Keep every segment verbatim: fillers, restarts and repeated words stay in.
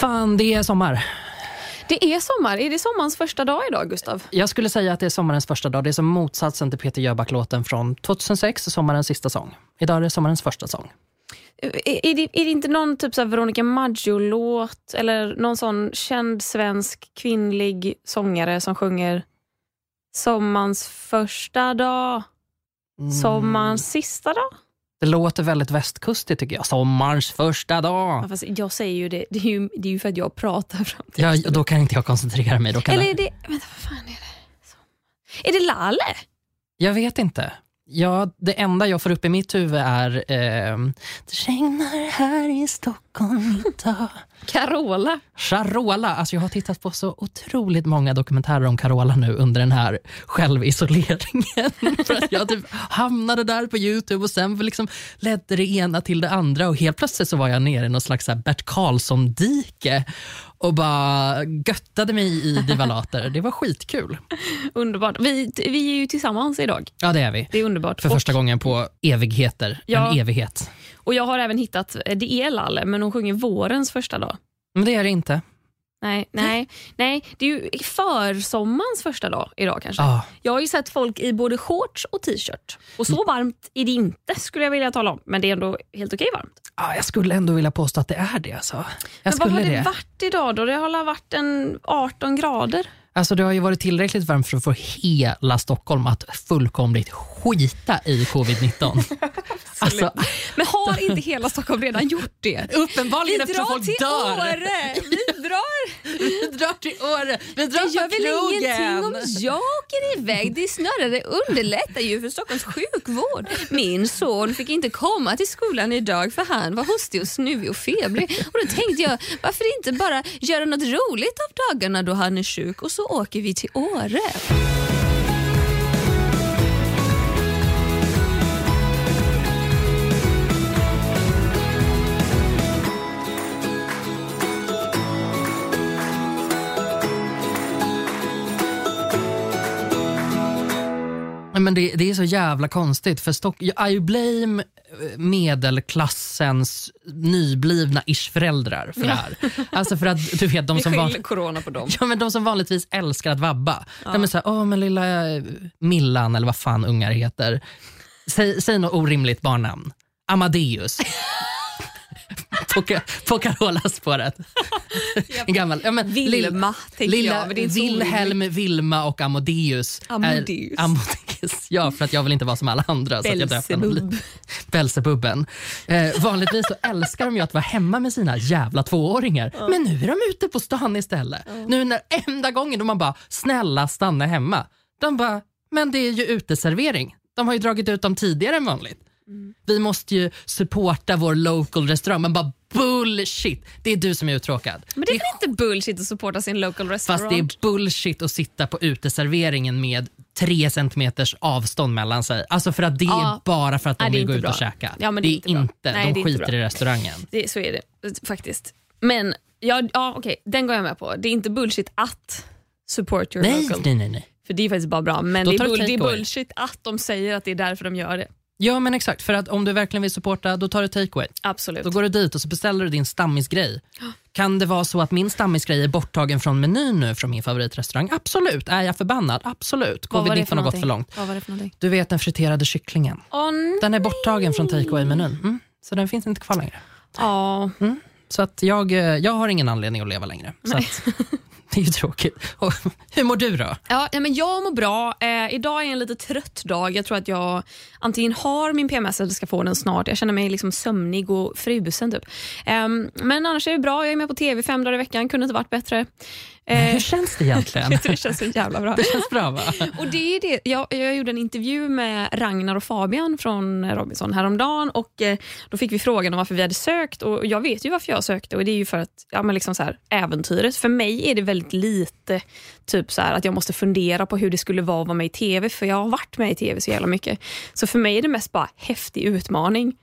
Fan, det är sommar. Det är sommar. Är det sommarens första dag idag, Gustav? Jag skulle säga att det är sommarens första dag. Det är som motsatsen till Peter Jöback-låten från tjugohundrasex, sommarens sista sång. Idag är det sommarens första sång. Är, är, det, är det inte någon typ så här Veronica Maggio-låt eller någon sån känd svensk kvinnlig sångare som sjunger sommarens första dag, sommarens sista dag? Det låter väldigt västkustigt tycker jag. Sommarens första dag. Ja, fast jag säger ju det. Det är ju, det är ju för att jag pratar fram till. Ja, då kan inte jag koncentrera mig. Då kan Eller det... är det... Vänta, vad fan är det? Är det Lalle? Jag vet inte. Ja, det enda jag får upp i mitt huvud är eh, det regnar här i Stockholm idag. Carola. Carola, alltså jag har tittat på så otroligt många dokumentärer om Carola nu under den här självisoleringen. För att jag typ hamnade där på YouTube och sen liksom ledde det ena till det andra. Och helt plötsligt så var jag nere i någon slags så här Bert Karlsson-dike och bara göttade mig i divalater. Det var skitkul. Underbart. Vi, vi är ju tillsammans idag. Ja, det är vi. Det är underbart. För första och, gången på evigheter. Ja. En evighet. Och jag har även hittat, det är Lalle, men hon sjunger vårens första dag. Men det är det inte. Nej, nej, nej. Det är ju försommarens första dag idag kanske. Ah. Jag har ju sett folk i både shorts och t-shirt. Och så varmt är det inte, skulle jag vilja tala om. Men det är ändå helt okej varmt. Ah, jag skulle ändå vilja påstå att det är det. Alltså. Jag Men vad har det, det varit idag då? Det har varit en arton grader. Alltså det har ju varit tillräckligt varmt för att få hela Stockholm att fullkomligt skita i covid nitton. Alltså, men har inte hela Stockholm redan gjort det? Uppenbarligen vi eftersom folk till dör. Åre. Vi drar. Vi drar till Åre. Vi drar det gör på väl krogen. ingenting om jag åker iväg. Det snarare underlättar ju för Stockholms sjukvård. Min son fick inte komma till skolan idag för han var hostig och snuvig och febrig. Och då tänkte jag, varför inte bara göra något roligt av dagarna då han är sjuk och så åker vi till Åre. Men det, det är så jävla konstigt för Stock, I blame medelklassens nyblivna ish-föräldrar för det här. Alltså för att du vet de som van... corona på dem. Ja, men de som vanligtvis älskar att vabba. Ja. De är så här, åh men lilla Millan eller vad fan ungar heter. Säg, säg något orimligt barnnamn. Amadeus. på, på Carola-spåret. En gammal, ja, men, Vilma, tänker lilla, jag. Men det är Vilhelm, Vilma och Amadeus. Amadeus. Är, Amadeus. Ja, för att jag vill inte vara som alla andra. Belzebub. Belzebubben. Eh, vanligtvis så älskar de ju att vara hemma med sina jävla tvååringar. Ja. Men nu är de ute på stan istället. Ja. Nu när enda gången då man bara, snälla stanna hemma. De bara, men det är ju uteservering. De har ju dragit ut dem tidigare än vanligt. Mm. Vi måste ju supporta vår local restaurang. Men bara bullshit. Det är du som är uttråkad. Men det är väl inte bullshit att supporta sin local restaurang? Fast det är bullshit att sitta på uteserveringen med tre centimeters avstånd mellan sig. Alltså för att det ja. är bara för att de Nej, vill gå ut bra. och käka. Ja, men det, det är inte, inte Nej, de det är skiter inte i restaurangen. Det, så är det faktiskt. Men ja, ja okej, den går jag med på. Det är inte bullshit att support your nej, local. Nej, nej, nej. För det är faktiskt bara bra. Men det är, bull, det är bullshit att de säger att det är därför de gör det. Ja, men exakt. För att om du verkligen vill supporta, då tar du takeaway. Absolut. Då går du dit och så beställer du din stammisgrej. Kan det vara så att min stammisgrej är borttagen från menyn nu från min favoritrestaurang? Absolut. Är jag förbannad? Absolut. covid nitton har gått för långt. Vad var det för någonting? Du vet den friterade kycklingen. Oh, den är borttagen från takeaway-menyn. Mm. Så den finns inte kvar längre. Ja. Mm. Så att jag, jag har ingen anledning att leva längre. Så att, det är ju tråkigt. Och, hur mår du då? Ja, men jag mår bra. Eh, idag är en lite trött dag. Jag tror att jag antingen har min P M S eller ska få den snart. Jag känner mig liksom sömnig och frusen typ. Eh, men annars är det bra. Jag är med på tv fem dagar i veckan. Kunde inte varit bättre. Eh, hur känns det egentligen? Det känns så jävla bra. Det känns bra, va? Och det är det. Jag, jag gjorde en intervju med Ragnar och Fabian från Robinson häromdagen och eh, då fick vi frågan om varför vi hade sökt och jag vet ju varför jag sökte och det är ju för att ja, men liksom så här, äventyret. För mig är det väldigt lite typ så här, att jag måste fundera på hur det skulle vara att vara med i tv för jag har varit med i tv så jävla mycket. Så för mig är det mest bara häftig utmaning.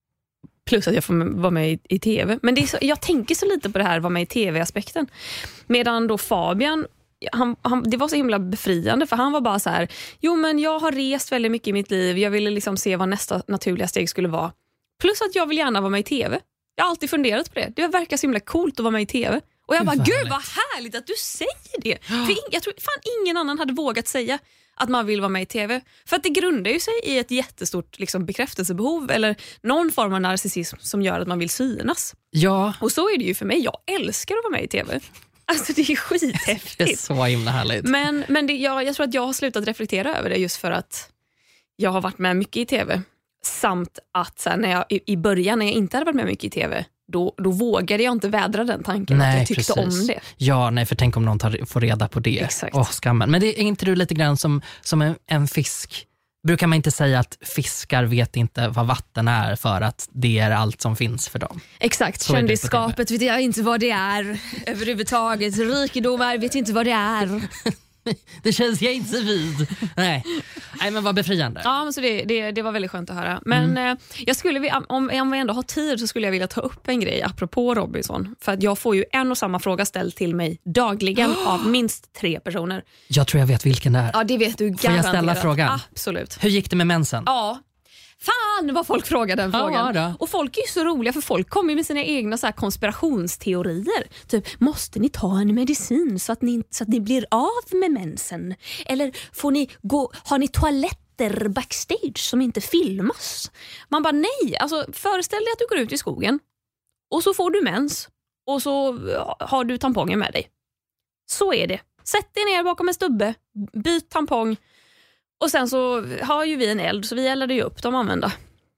Plus att jag får vara med i, i tv. Men det är så, jag tänker så lite på det här vara med i tv-aspekten. Medan då Fabian, han, han, det var så himla befriande för han var bara så här, jo men jag har rest väldigt mycket i mitt liv. Jag ville liksom se vad nästa naturliga steg skulle vara. Plus att jag vill gärna vara med i tv. Jag har alltid funderat på det. Det verkar så himla coolt att vara med i tv. Och jag Gud, bara, vad gud härligt. vad härligt att du säger det. För in, jag tror fan ingen annan hade vågat säga att man vill vara med i tv. För att det grundar ju sig i ett jättestort liksom, bekräftelsebehov eller någon form av narcissism som gör att man vill synas. Ja, Och så är det ju för mig. Jag älskar att vara med i tv. Alltså det är det är skithäftigt. så himla härligt. Men, men det, jag, jag tror att jag har slutat reflektera över det just för att jag har varit med mycket i tv. Samt att så här, när jag, i, i början när jag inte hade varit med mycket i tv, då, då vågade jag inte vädra den tanken Nej, att jag tyckte precis. om det. Ja, nej, för tänk om någon tar, får reda på det. Exakt. Åh, skammen. Men det är inte du lite grann som, som en, en fisk? Brukar man inte säga att fiskar vet inte vad vatten är för att det är allt som finns för dem? Exakt, Så är det på kändisskapet vet jag inte vad det är överhuvudtaget. Rikedomar vet inte vad det är. Det känns jag inte vid. Nej. Nej, men vad befriande. Ja, men så det, det, det var väldigt skönt att höra. Men Mm. eh, jag skulle, vilja- om, om vi ändå har tid så skulle jag vilja ta upp en grej apropå Robinson. För att jag får ju en och samma fråga ställd till mig dagligen av minst tre personer. Jag tror jag vet vilken det är. Ja, det vet du Får jag garanterat. ställa frågan? Absolut. Hur gick det med mensen? Ja. Fan vad folk frågar den Ja, frågan. då. Och folk är ju så roliga för folk kommer med sina egna så här konspirationsteorier. Typ, måste ni ta en medicin så att ni, så att ni blir av med mensen? Eller får ni gå, har ni toaletter backstage som inte filmas? Man bara nej, alltså föreställ dig att du går ut i skogen och så får du mens och så har du tampongen med dig. Så är det. Sätt dig ner bakom en stubbe, byt tampong. Och sen så har ju vi en eld så vi eldade ju upp de använda.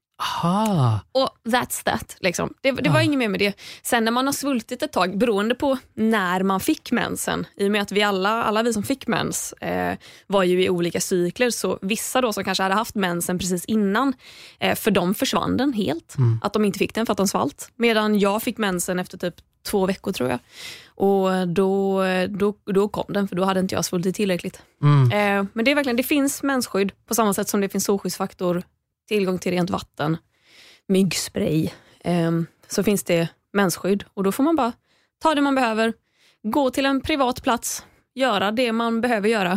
Aha. Och that's that. Liksom. Det, det var Ja. inget mer med det. Sen när man har svultit ett tag, beroende på när man fick mensen, i och med att vi alla, alla vi som fick mens eh, var ju i olika cykler, så vissa då som kanske hade haft mensen precis innan, eh, för dem försvann den helt. Mm. Att de inte fick den för att de svalt. Medan jag fick mensen efter typ två veckor tror jag. Och då, då, då kom den, för då hade inte jag svultit tillräckligt. Mm. Eh, men det är verkligen, det finns mensskydd på samma sätt som det finns solskyddsfaktor, tillgång till rent vatten, myggspray, eh, så finns det mensskydd. Och då får man bara ta det man behöver, gå till en privat plats, göra det man behöver göra.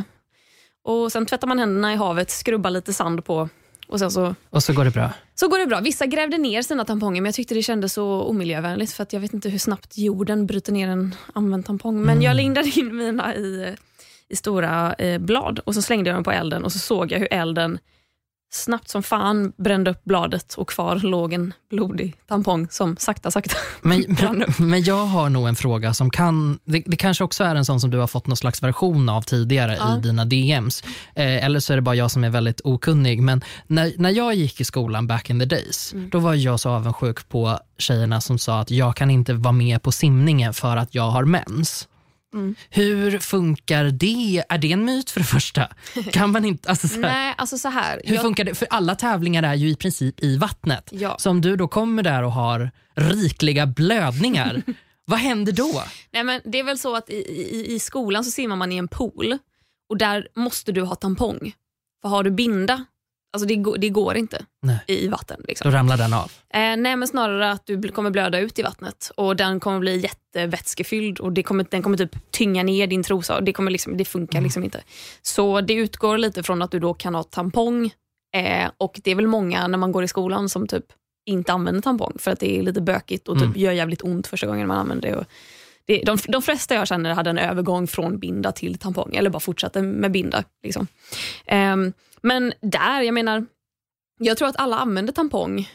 Och sen tvättar man händerna i havet, skrubbar lite sand på och sen så, Och så går det bra. så går det bra. Vissa grävde ner sina tamponger, men jag tyckte det kändes så omiljövänligt för att jag vet inte hur snabbt jorden bryter ner en använd tampong. Men Mm. jag lindade in mina i, i stora eh, blad och så slängde jag dem på elden och så såg jag hur elden snabbt som fan brände upp bladet och kvar låg en blodig tampong som sakta sakta Men, brann upp. men jag har nog en fråga som kan, det, det kanske också är en sån som du har fått någon slags version av tidigare Ja. i dina D Ms. Eh, eller så är det bara jag som är väldigt okunnig. Men när, när jag gick i skolan back in the days, Mm. då var jag så avundsjuk på tjejerna som sa att jag kan inte vara med på simningen för att jag har mens. Mm. Hur funkar det? Är det en myt för det första? Kan man inte, alltså så här, Nej, alltså så här. hur jag, funkar det? För alla tävlingar är ju i princip i vattnet. Ja. Så om du då kommer där och har rikliga blödningar, vad händer då? Nej, men det är väl så att i, i, i skolan så simmar man i en pool och där måste du ha tampong. För har du binda, alltså det, går- det går inte Nej. i vatten. Liksom. Då ramlar den av. Eh, nej, men snarare att du bl- kommer blöda ut i vattnet och den kommer bli jättevätskefylld och det kommer, den kommer typ tynga ner din trosa och det, kommer liksom, det funkar liksom inte. Så det utgår lite från att du då kan ha tampong eh, och det är väl många när man går i skolan som typ inte använder tampong för att det är lite bökigt och typ Mm. gör jävligt ont första gången man använder det. Och det de, de flesta jag känner hade en övergång från binda till tampong eller bara fortsatte med binda. Liksom. Eh, men där, jag menar, jag tror att alla använder tampong.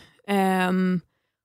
Um,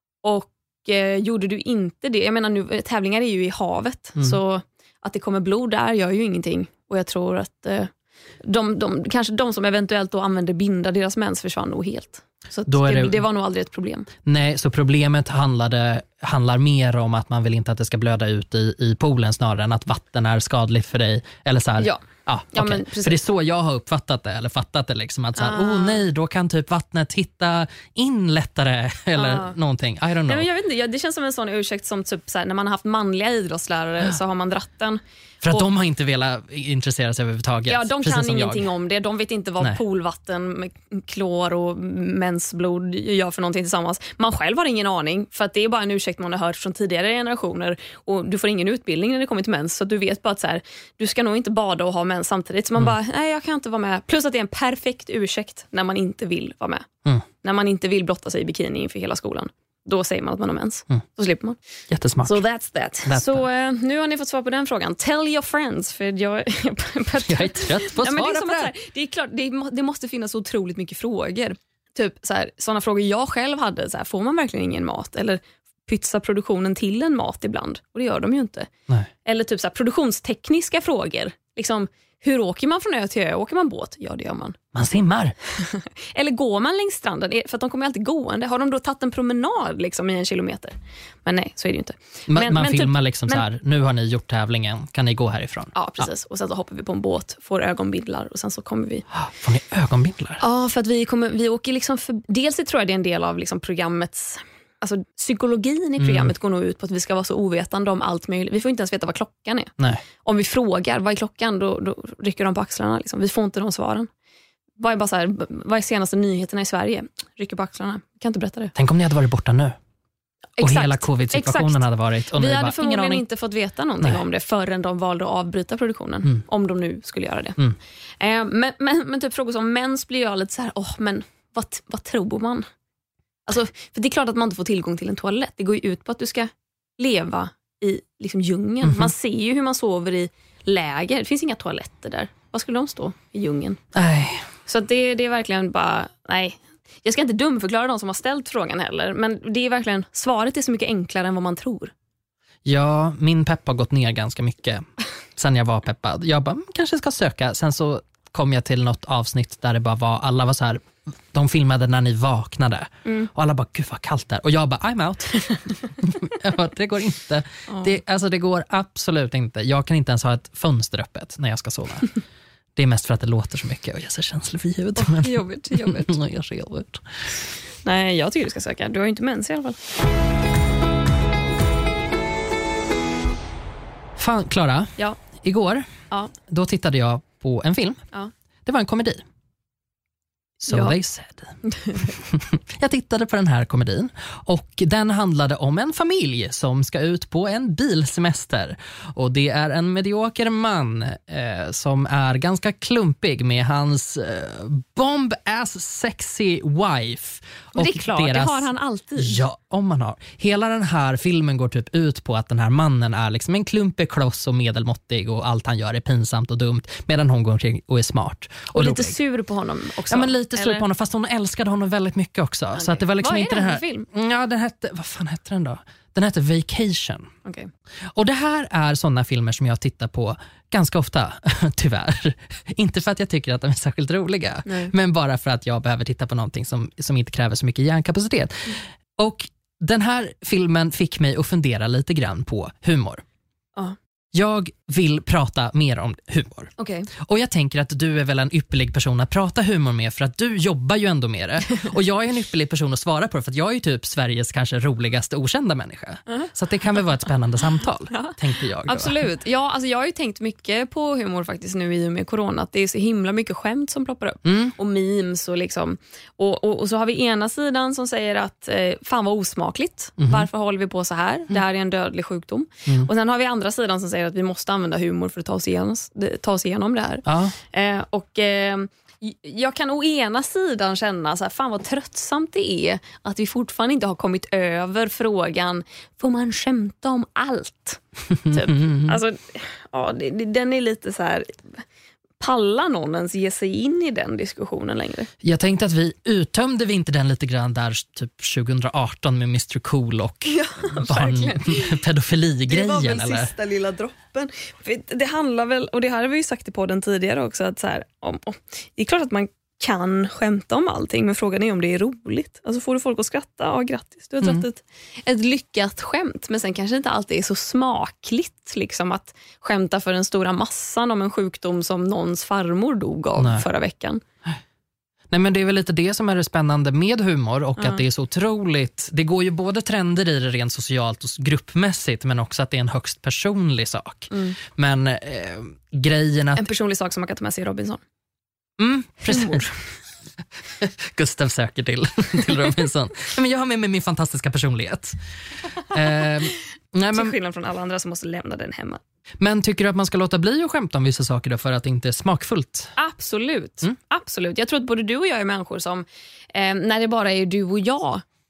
och eh, gjorde du inte det, jag menar nu, tävlingar är ju i havet, Mm. så att det kommer blod där gör ju ingenting. Och jag tror att eh, de, de, kanske de som eventuellt då använder binda, deras mens försvann nog helt. Så att Då är det, det- det var nog aldrig ett problem. Nej, så problemet handlade, handlar mer om att man vill inte att det ska blöda ut i, i poolen snarare än att vatten är skadligt för dig. Eller så här, Ja. Ja, Ja, okej. men precis. För det är så jag har uppfattat det, eller fattat det liksom, att så här, Ah. oh nej, då kan typ vattnet hitta in lättare eller Ah. någonting, I don't know. Nej, men jag vet inte, jag, det känns som en sån ursäkt som typ så här, när man har haft manliga idrottslärare så har man dratt den. För att och- de har inte velat intressera sig överhuvudtaget. Ja, de precis kan som ingenting jag. om det. De vet inte vad Nej. poolvatten med klor och mensblod gör för någonting tillsammans. Man själv har ingen aning, för att det är bara en ursäkt man har hört från tidigare generationer. Och du får ingen utbildning när det kommer till mens, så du vet bara att så här, du ska nog inte bada och ha mens samtidigt. Så man bara, nej jag kan inte vara med. Plus att det är en perfekt ursäkt när man inte vill vara med. Mm. När man inte vill blotta sig i bikini inför hela skolan. då säger man att man har mens. Mm. Då slipper man. Jättesmart. So that's that. That's så uh, nu har ni fått svar på den frågan. Tell your friends. För jag, jag är trött på att ja, svara men det är på det. Här, det är klart, det, det måste finnas otroligt mycket frågor. Typ så här, sådana frågor jag själv hade. Så här, får man verkligen ingen mat? Eller pytsa produktionen till en mat ibland? Och det gör de ju inte. Nej. Eller typ så här, produktionstekniska frågor. Liksom, hur åker man från ö till ö? Åker man båt? Ja, det gör man. Man simmar. Eller går man längs stranden? För att de kommer alltid gående. Har de då tagit en promenad liksom, i en kilometer? Men nej, så är det ju inte. Men, man men filmar typ, liksom men, så här, nu har ni gjort tävlingen, kan ni gå härifrån? Ja, precis. Ja. Och sen så hoppar vi på en båt, får ögonbindlar och sen så kommer vi... Får ni ögonbindlar? Ja, för att vi, kommer, vi åker liksom... För, dels tror jag det är en del av liksom programmets... Alltså psykologin i programmet mm. går nog ut på att vi ska vara så ovetande om allt möjligt. Vi får inte ens veta vad klockan är. Nej. Om vi frågar, vad är klockan? Då, då rycker de på axlarna. Liksom. Vi får inte de svaren. Vad är, bara så här, vad är senaste nyheterna i Sverige? Rycker på axlarna. Jag kan inte berätta det. Tänk om ni hade varit borta nu. Och Exakt. hela covid-situationen Exakt. hade varit. Och vi ni hade bara, förmodligen inte fått veta någonting Nej. om det förrän de valde att avbryta produktionen. Mm. Om de nu skulle göra det. Mm. Eh, men, men, men typ frågor som mens blir jag lite så här, åh, oh, men vad, vad tror man? Alltså, för det är klart att man inte får tillgång till en toalett. Det går ju ut på att du ska leva i liksom, djungeln. Mm-hmm. Man ser ju hur man sover i läger. Det finns inga toaletter där. Vad skulle de stå i djungeln? Nej. Så att det, det är verkligen bara... Nej. Jag ska inte dumförklara de som har ställt frågan heller. Men det är verkligen... Svaret är så mycket enklare än vad man tror. Ja, min pepp har gått ner ganska mycket sen jag var peppad. Jag bara, kanske ska söka. Sen så kom jag till något avsnitt där det bara var... Alla var så här... De filmade när ni vaknade. Mm. Och alla bara, gud vad kallt där. Och jag bara, I'm out. jag bara, det går inte. Oh. Det, alltså det går absolut inte. Jag kan inte ens ha ett fönster öppet när jag ska sova. Det är mest för att det låter så mycket. Och jag är så känslig för ljud. Oh, men... Jobbigt, jobbigt. jag är så jobbigt. Nej, jag tycker du ska söka. Du har ju inte mens i alla fall. Fan, Klara. Ja. Igår, ja. då tittade jag på en film. Ja. Det var en komedi. So ja. they said. Jag tittade på den här komedin och den handlade om en familj som ska ut på en bilsemester. Och det är en medioker man eh, som är ganska klumpig med hans eh, bomb-ass sexy wife. Men det är klart, deras... det har han alltid. Ja, om man har. Hela den här filmen går typ ut på att den här mannen är liksom en klumpig kloss och medelmåttig och allt han gör är pinsamt och dumt medan hon går omkring och är smart. Och, och lite sur på honom också. Ja, men lite sur på honom, fast hon älskade honom väldigt mycket också. Okay. Så att det var liksom vad är inte det här, här för film? Ja, den hette, vad fan hette den då? Den hette Vacation. Okay. Och det här är sådana filmer som jag tittar på ganska ofta, tyvärr. Inte för att jag tycker att de är särskilt roliga, Nej. men bara för att jag behöver titta på någonting som, som inte kräver så mycket hjärnkapacitet. Mm. Och den här filmen fick mig att fundera lite grann på humor. Ja. Jag vill prata mer om humor. Okay. Och jag tänker att du är väl en ypperlig person att prata humor med, för att du jobbar ju ändå med det. Och jag är en ypperlig person att svara på det, för att jag är ju typ Sveriges kanske roligaste okända människa. Uh-huh. Så att det kan väl vara ett spännande samtal, ja. tänkte jag. Då. Absolut. Ja, alltså jag har ju tänkt mycket på humor faktiskt nu i och med corona. Att det är så himla mycket skämt som ploppar upp. Mm. Och memes och liksom. Och, och, och så har vi ena sidan som säger att eh, fan vad osmakligt. Mm. Varför håller vi på så här? Mm. Det här är en dödlig sjukdom. Mm. Och sen har vi andra sidan som säger att vi måste använda humor för att ta oss igenom, ta oss igenom det här. Ja. Eh, och eh, jag kan å ena sidan känna så här, fan vad tröttsamt det är att vi fortfarande inte har kommit över frågan, får man skämta om allt? Typ. Alltså, ja, det, det, den är lite så här... Pallar någon ens ge sig in i den diskussionen längre? Jag tänkte att vi uttömde vi inte den lite grann där typ tjugo arton med mister Cool och ja, barnpedofili-grejen. Det var väl eller? Sista lilla droppen. Det handlar väl, och det här har vi ju sagt i podden tidigare också, att så här, om, om, det är klart att man kan skämta om allting, men frågan är om det är roligt. Alltså får du folk att skratta, ja grattis, du har mm. dragit ett, ett lyckat skämt, men sen kanske inte alltid är så smakligt liksom att skämta för den stora massan om en sjukdom som någons farmor dog av Nej. förra veckan. Nej, men det är väl lite det som är det spännande med humor, och mm. att det är så otroligt, det går ju både trender i det rent socialt och gruppmässigt, men också att det är en högst personlig sak. Mm. Men eh, grejen att... En personlig sak som man kan ta med sig i Robinson. Mm, precis. Gustav söker till, till Robinson. Men jag har med mig min fantastiska personlighet. eh, nej, men, till skillnad från alla andra som måste lämna den hemma. Men tycker du att man ska låta bli att skämta om vissa saker då, för att det inte är smakfullt? Absolut, mm. absolut. Jag tror att både du och jag är människor som, eh, när det bara är du och jag,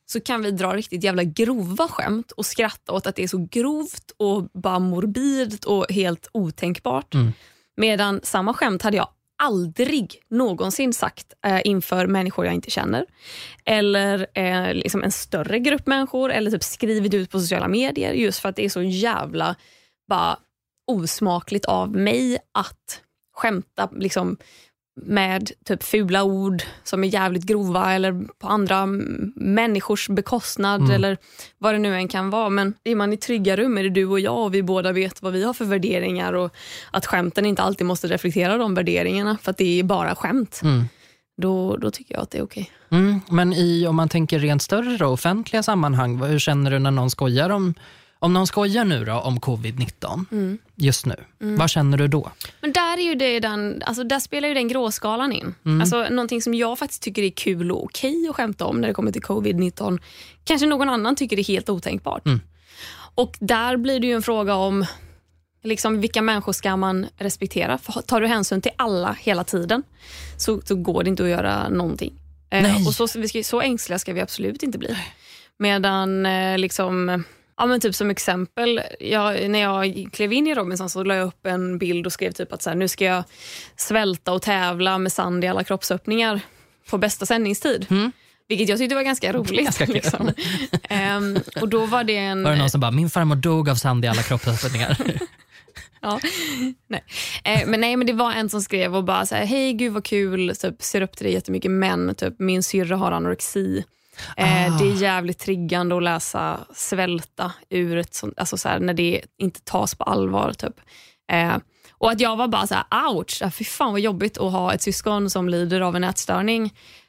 så kan vi dra riktigt jävla grova skämt och skratta åt att det är så grovt och bara morbidt och helt otänkbart. Mm. Medan samma skämt hade jag aldrig någonsin sagt eh, inför människor jag inte känner. Eller eh, liksom en större grupp människor. Eller typ skrivit ut på sociala medier. Just för att det är så jävla bara osmakligt av mig att skämta liksom med typ fula ord som är jävligt grova eller på andra människors bekostnad mm. eller vad det nu än kan vara. Men är man i trygga rum är det du och jag och vi båda vet vad vi har för värderingar och att skämten inte alltid måste reflektera de värderingarna för att det är bara skämt. Mm. Då, då tycker jag att det är okej. Mm. Men i, om man tänker rent större då, offentliga sammanhang, hur känner du när någon skojar om Om någon skojar nu då om covid nitton mm. just nu, mm. vad känner du då? Men där är ju det den, alltså där spelar ju den gråskalan in. Mm. Alltså någonting som jag faktiskt tycker är kul och okej att skämta om när det kommer till covid nitton. Kanske någon annan tycker det är helt otänkbart. Mm. Och där blir det ju en fråga om liksom, vilka människor ska man respektera? För tar du hänsyn till alla hela tiden så, så går det inte att göra någonting. Eh, och så, vi ska, så ängsliga ska vi absolut inte bli. Medan eh, liksom... Ja, men typ som exempel, jag, när jag klev in i Robinson så la jag upp en bild och skrev typ att så här, nu ska jag svälta och tävla med sand i alla kroppsöppningar på bästa sändningstid. Mm. Vilket jag tyckte var ganska roligt. Ganska liksom. um, och då var det en... Var det någon som bara, min farmor dog av sand i alla kroppsöppningar? Ja, nej. Eh, men nej, men det var en som skrev och bara så här, hej gud vad kul, typ, ser upp till dig jättemycket, men typ, min syrra har anorexi. Eh, ah. Det är jävligt triggande att läsa svälta ur ett sånt, alltså så här, när det inte tas på allvar typ. Eh, och att jag var bara så här, ouch, fy fan vad jobbigt att ha ett syskon som lider av en ätstörning.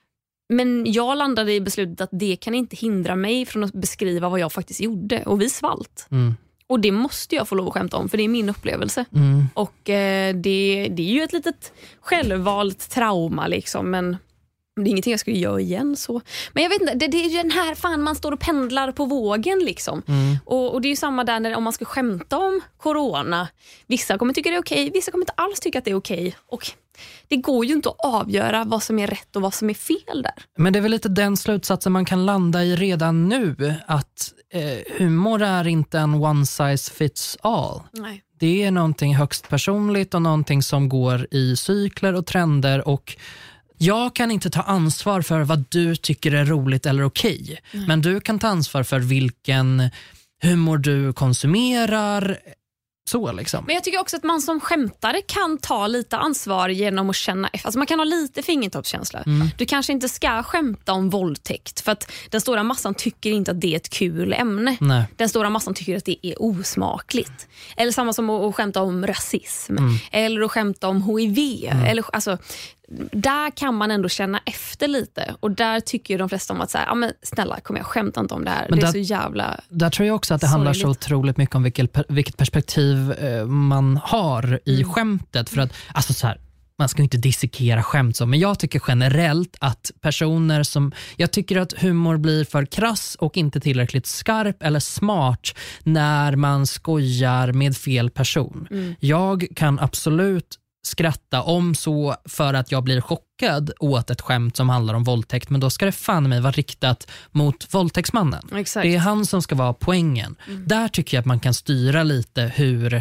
Men jag landade i beslutet att det kan inte hindra mig från att beskriva vad jag faktiskt gjorde, och vi svalt. Mm. Och det måste jag få lov att skämta om, för det är min upplevelse. Mm. Och eh, det, det är ju ett litet självvalt trauma liksom, men det är ingenting jag skulle göra igen så. Men jag vet inte, det, det är ju den här fan man står och pendlar på vågen liksom. Mm. Och, och det är ju samma där när, om man ska skämta om corona. Vissa kommer tycka det är okej, vissa kommer inte alls tycka att det är okej. Och det går ju inte att avgöra vad som är rätt och vad som är fel där. Men det är väl lite den slutsatsen man kan landa i redan nu. Att eh, humor är inte en one size fits all. Nej. Det är någonting högst personligt och någonting som går i cykler och trender, och jag kan inte ta ansvar för vad du tycker är roligt eller okej. Mm. Men du kan ta ansvar för vilken humor du konsumerar. Så liksom. Men jag tycker också att man som skämtare kan ta lite ansvar genom att känna efter. Alltså man kan ha lite fingertoppskänsla. Mm. Du kanske inte ska skämta om våldtäkt, för att den stora massan tycker inte att det är ett kul ämne. Nej. Den stora massan tycker att det är osmakligt. Eller samma som att skämta om rasism. Mm. Eller att skämta om H I V. Mm. Eller, alltså, där kan man ändå känna efter lite. Och där tycker ju de flesta om att säga, ja men snälla, kom jag skämta inte om det här. Men det där, är så jävla där tror jag också att det handlar så otroligt mycket om vilket, vilket perspektiv eh, man har i mm. skämtet. För att, alltså så här, man ska inte dissekera skämt så, men jag tycker generellt att personer som, jag tycker att humor blir för krass och inte tillräckligt skarp eller smart när man skojar med fel person. Mm. Jag kan absolut skratta om så för att jag blir chockad åt ett skämt som handlar om våldtäkt, men då ska det fan mig vara riktat mot våldtäktsmannen. Exakt. Det är han som ska vara poängen. Mm. Där tycker jag att man kan styra lite hur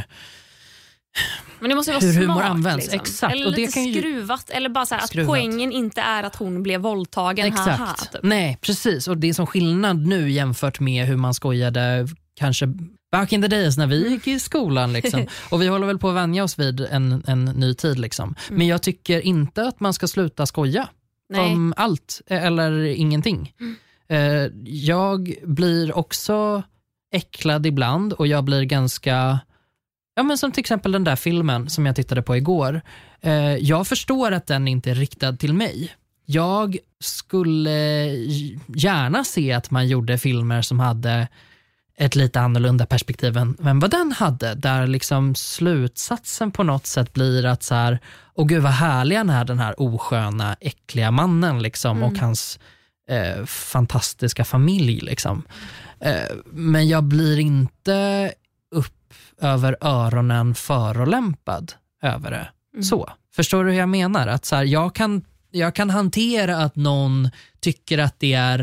men det måste vara hur smart, humor används. liksom. Exakt. Eller och lite det kan ju skruvat, eller bara så här att skruvat. Poängen inte är att hon blev våldtagen. Exakt. Haha, typ. Nej, precis. Och det är som skillnad nu jämfört med hur man skojade kanske back in the days när vi gick i skolan liksom. Och vi håller väl på att vänja oss vid en, en ny tid liksom. Mm. Men jag tycker inte att man ska sluta skoja. Nej. Om allt eller ingenting. Mm. Uh, jag blir också äcklad ibland, och jag blir ganska, ja men som till exempel den där filmen som jag tittade på igår. Uh, jag förstår att den inte är riktad till mig. Jag skulle gärna se att man gjorde filmer som hade ett lite annorlunda perspektiv än, än vad den hade. Där liksom slutsatsen på något sätt blir att så här, åh gud vad härlig han är, den här osköna, äckliga mannen liksom, mm. och hans eh, fantastiska familj liksom. Eh, men jag blir inte upp över öronen förolämpad över det. Mm. Så. Förstår du hur jag menar? Att så här, jag kan, jag kan hantera att någon tycker att det är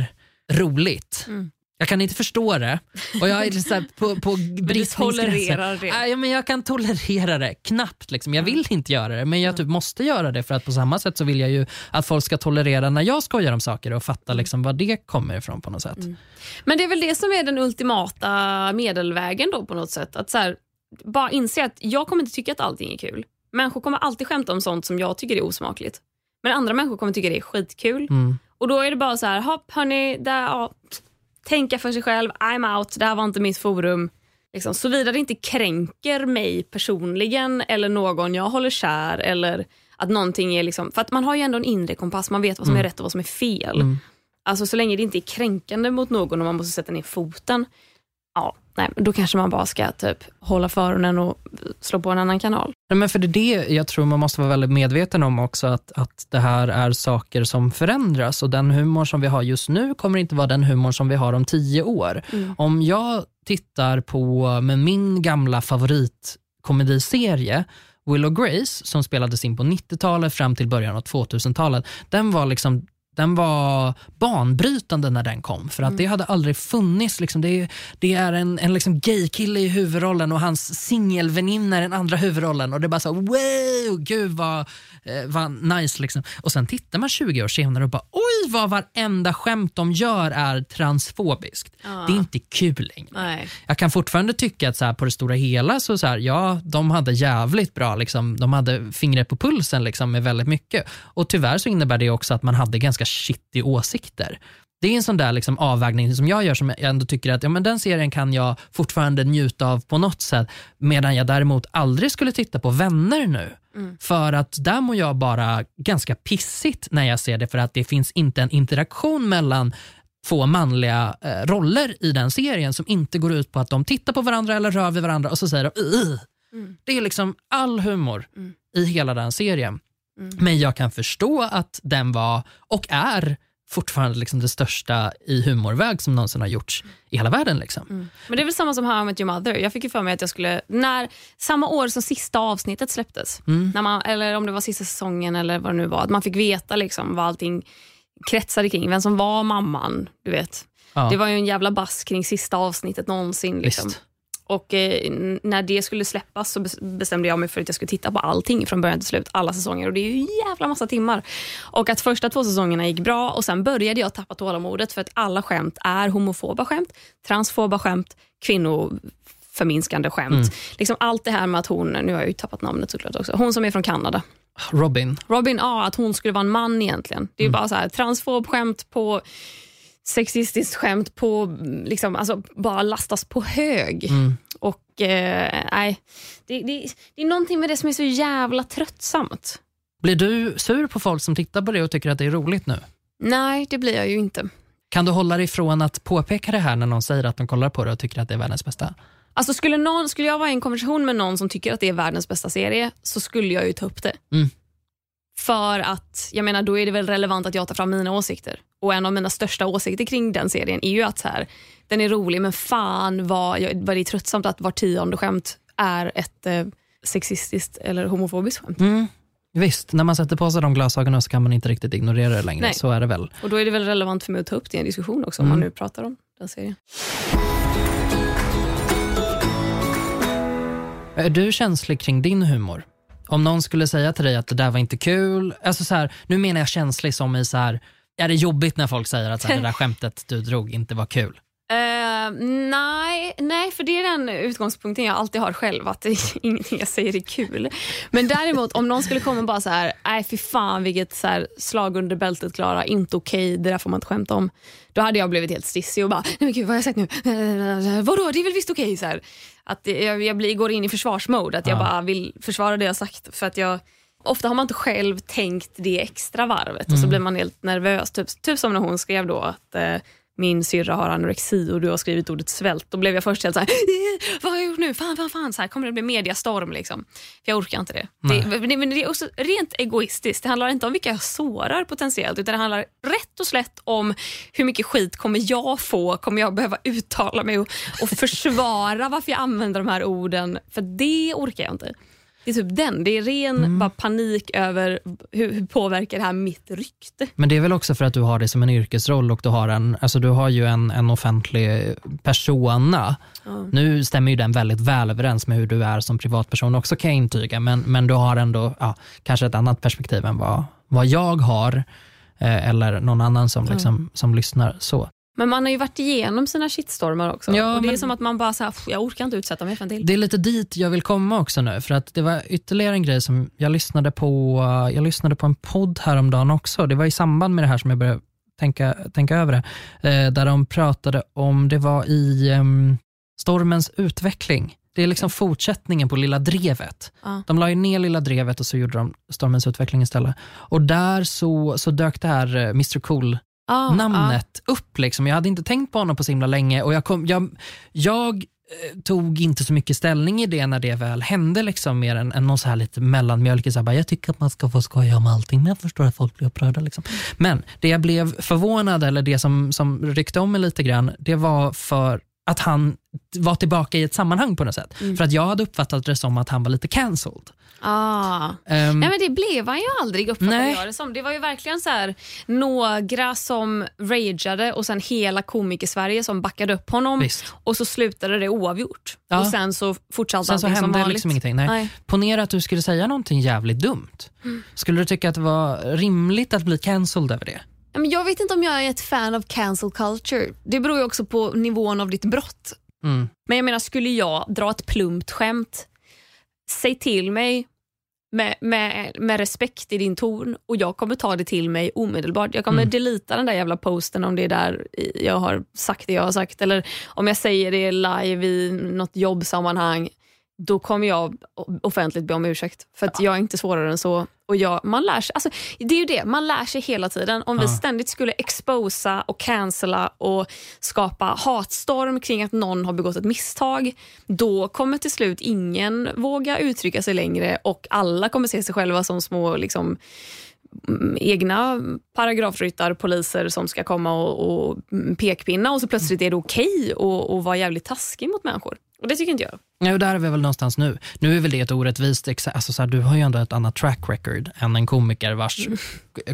roligt. Mm. Jag kan inte förstå det. Och jag är så här på, på bristningsgränsen. Ja, men jag kan tolerera det. Knappt liksom. Jag vill inte göra det. Men jag typ måste göra det. För att på samma sätt så vill jag ju att folk ska tolerera när jag skojar om saker. Och fatta liksom vad det kommer ifrån på något sätt. Mm. Men det är väl det som är den ultimata medelvägen då på något sätt. Att så här, bara inse att jag kommer inte tycka att allting är kul. Människor kommer alltid skämta om sånt som jag tycker är osmakligt. Men andra människor kommer tycka det är skitkul. Mm. Och då är det bara så här, hopp hörni, där, ja, tänka för sig själv, I'm out, det här var inte mitt forum. Liksom, såvida det inte kränker mig personligen eller någon jag håller kär eller att någonting är liksom, för att man har ju ändå en inre kompass, man vet vad som mm. är rätt och vad som är fel. Mm. Alltså så länge det inte är kränkande mot någon och man måste sätta ner foten, ja, nej, då kanske man bara ska typ hålla för öronen och slå på en annan kanal. Nej, men för det är det jag tror man måste vara väldigt medveten om också, att, att det här är saker som förändras och den humor som vi har just nu kommer inte vara den humor som vi har om tio år. Mm. Om jag tittar på med min gamla favoritkomediserie Will och Grace som spelades in på nittiotalet fram till början av tvåtusentalet, den var liksom den var banbrytande när den kom. För att mm. det hade aldrig funnits. Liksom, det, är, det är en, en liksom gay-kille i huvudrollen och hans singelväninna i den andra huvudrollen. Och det är bara så, wow, gud vad, eh, vad nice. Liksom. Och sen tittar man tjugo år senare och bara, oj vad varenda skämt de gör är transfobiskt. Ah. Det är inte kul längre. Nej. Jag kan fortfarande tycka att så här, på det stora hela så, så här, ja, de hade jävligt bra. Liksom, de hade fingret på pulsen liksom, med väldigt mycket. Och tyvärr så innebär det också att man hade ganska shitty åsikter. Det är en sån där liksom avvägning som jag gör som jag ändå tycker att ja, men den serien kan jag fortfarande njuta av på något sätt, medan jag däremot aldrig skulle titta på Vänner nu. Mm. För att där mår jag bara ganska pissigt när jag ser det, för att det finns inte en interaktion mellan två manliga eh, roller i den serien som inte går ut på att de tittar på varandra eller rör vid varandra och så säger de mm. Det är liksom all humor mm. i hela den serien. Mm. Men jag kan förstå att den var och är fortfarande liksom det största i humorväg som någonsin har gjorts i hela världen. Liksom. Mm. Men det är väl samma som How I Met Your Mother. Jag fick ju för mig att jag skulle, när samma år som sista avsnittet släpptes, mm. när man, eller om det var sista säsongen eller vad det nu var, att man fick veta liksom vad allting kretsade kring, vem som var mamman, du vet. Ja. Det var ju en jävla bass kring sista avsnittet någonsin. Liksom. Visst. Och eh, när det skulle släppas så bestämde jag mig för att jag skulle titta på allting från början till slut, alla säsonger. Och det är ju jävla massa timmar. Och att första två säsongerna gick bra och sen började jag tappa tålamodet för att alla skämt är homofoba skämt, transfoba skämt, kvinnoförminskande skämt. Mm. Liksom allt det här med att hon, nu har jag ju tappat namnet såklart också, hon som är från Kanada. Robin. Robin, ja, att hon skulle vara en man egentligen. Det är mm. bara så här, transfob skämt på sexistiskt skämt på liksom, alltså bara lastas på hög. Mm. Och eh, nej, det, det, det är någonting med det som är så jävla tröttsamt. Blir du sur på folk som tittar på det och tycker att det är roligt nu? Nej, det blir jag ju inte. Kan du hålla dig ifrån att påpeka det här när någon säger att de kollar på det och tycker att det är världens bästa? Alltså skulle, någon, skulle jag vara i en konversation med någon som tycker att det är världens bästa serie, så skulle jag ju ta upp det. Mm. För att, jag menar, då är det väl relevant att jag tar fram mina åsikter. Och en av mina största åsikter kring den serien är ju att så här, den är rolig, men fan vad, vad det är tröttsamt att var tionde skämt är ett eh, sexistiskt eller homofobiskt skämt. Mm. Visst, när man sätter på sig de glasögonen så kan man inte riktigt ignorera det längre. Nej. Så är det väl. Och då är det väl relevant för mig att ta upp det i en diskussion också, mm. om man nu pratar om den serien. Är du känslig kring din humor? Om någon skulle säga till dig att det där var inte kul, alltså så här, nu menar jag känslig som i så här, är det jobbigt när folk säger att så här, det där skämtet du drog inte var kul? Uh, nej, nej, för det är den utgångspunkten jag alltid har själv, att det är ingenting jag säger är kul. Men däremot om någon skulle komma och bara så här, nej fy fan vilket så här, slag under bältet, Klara, inte okej, det där får man inte skämta om. Då hade jag blivit helt stissig och bara, nej men gud vad har jag sagt nu? Vadå, det är väl visst okej så här. Att jag, jag blir, går in i försvarsmode, att jag ja. bara vill försvara det jag sagt, för att jag ofta har man inte själv tänkt det extra varvet mm. och så blir man helt nervös, typ, typ som när hon skrev då att eh, min syrra har anorexi och du har skrivit ordet svält. Då blev jag först helt så här, vad har jag gjort nu? Fan, fan, fan. Så här, kommer det bli mediastorm liksom? För jag orkar inte det. Det, det, men det är också rent egoistiskt. Det handlar inte om vilka jag sårar potentiellt, utan det handlar rätt och slätt om hur mycket skit kommer jag få? Kommer jag behöva uttala mig och, och försvara varför jag använder de här orden? För det orkar jag inte. Det är typ den. Det är ren mm. bara panik över hur, hur påverkar det här mitt rykte. Men det är väl också för att du har det som en yrkesroll och du har en, alltså du har ju en, en offentlig persona. Mm. Nu stämmer ju den väldigt väl överens med hur du är som privatperson också, kan jag intyga. Men, men du har ändå ja, kanske ett annat perspektiv än vad, vad jag har eh, eller någon annan som, mm. liksom, som lyssnar så. Men man har ju varit igenom sina shitstormar också. Ja, och det men är som att man bara så här, jag orkar inte utsätta mig för en till. Det är lite dit jag vill komma också nu. För att det var ytterligare en grej som jag lyssnade på. Jag lyssnade på en podd häromdagen också. Det var i samband med det här som jag började tänka, tänka över det. Eh, där de pratade om, det var i eh, Stormens utveckling. Det är liksom fortsättningen på Lilla Drevet. Ah. De la ju ner Lilla Drevet och så gjorde de Stormens utveckling istället. Och där så, så dök det här eh, mister Cool Ah, namnet ah. upp liksom. Jag hade inte tänkt på honom på så himla länge och jag, kom, jag, jag eh, tog inte så mycket ställning i det när det väl hände liksom, mer än, än någon så här lite mellanmjölk. Så här, bara, jag tycker att man ska få skoja om allting, men jag förstår att folk blir upprörda liksom. Men det jag blev förvånad, eller det som, som ryckte om mig lite grann, det var för att han var tillbaka i ett sammanhang på något sätt. Mm. För att jag hade uppfattat det som att han var lite cancelled. Ah. Um, Nej, men det blev han ju aldrig, uppfattade jag det som. Det var ju verkligen så här, några som rageade och sen hela komiker-Sverige som backade upp honom. Visst. Och så slutade det oavgjort. Ja. Och sen så fortsatte sen så allting som vanligt. Liksom ingenting. Nej. Nej. Ponera att du skulle säga någonting jävligt dumt. Mm. Skulle du tycka att det var rimligt att bli cancelled över det? Jag vet inte om jag är ett fan av cancel culture. Det beror ju också på nivån av ditt brott. Mm. Men jag menar, skulle jag dra ett plumpt skämt, säg till mig med, med, med respekt i din ton och jag kommer ta det till mig omedelbart. Jag kommer mm. delita den där jävla posten om det är där jag har sagt det jag har sagt. Eller om jag säger det live i något jobbsammanhang, då kommer jag offentligt be om ursäkt. För att ja. jag är inte svårare än så. Och jag, man lär sig, alltså, det är ju det, man lär sig hela tiden. Om ja. vi ständigt skulle exposa och cancella och skapa hatstorm kring att någon har begått ett misstag, då kommer till slut ingen våga uttrycka sig längre och alla kommer se sig själva som små liksom, egna paragrafryttar, poliser som ska komma och, och pekpinna och så plötsligt är det okej okay att vara jävligt taskig mot människor. Och det tycker inte jag. Ja, och där är vi väl någonstans nu. Nu är väl det ett orättvist, alltså så här, du har ju ändå ett annat track record än en komiker vars mm.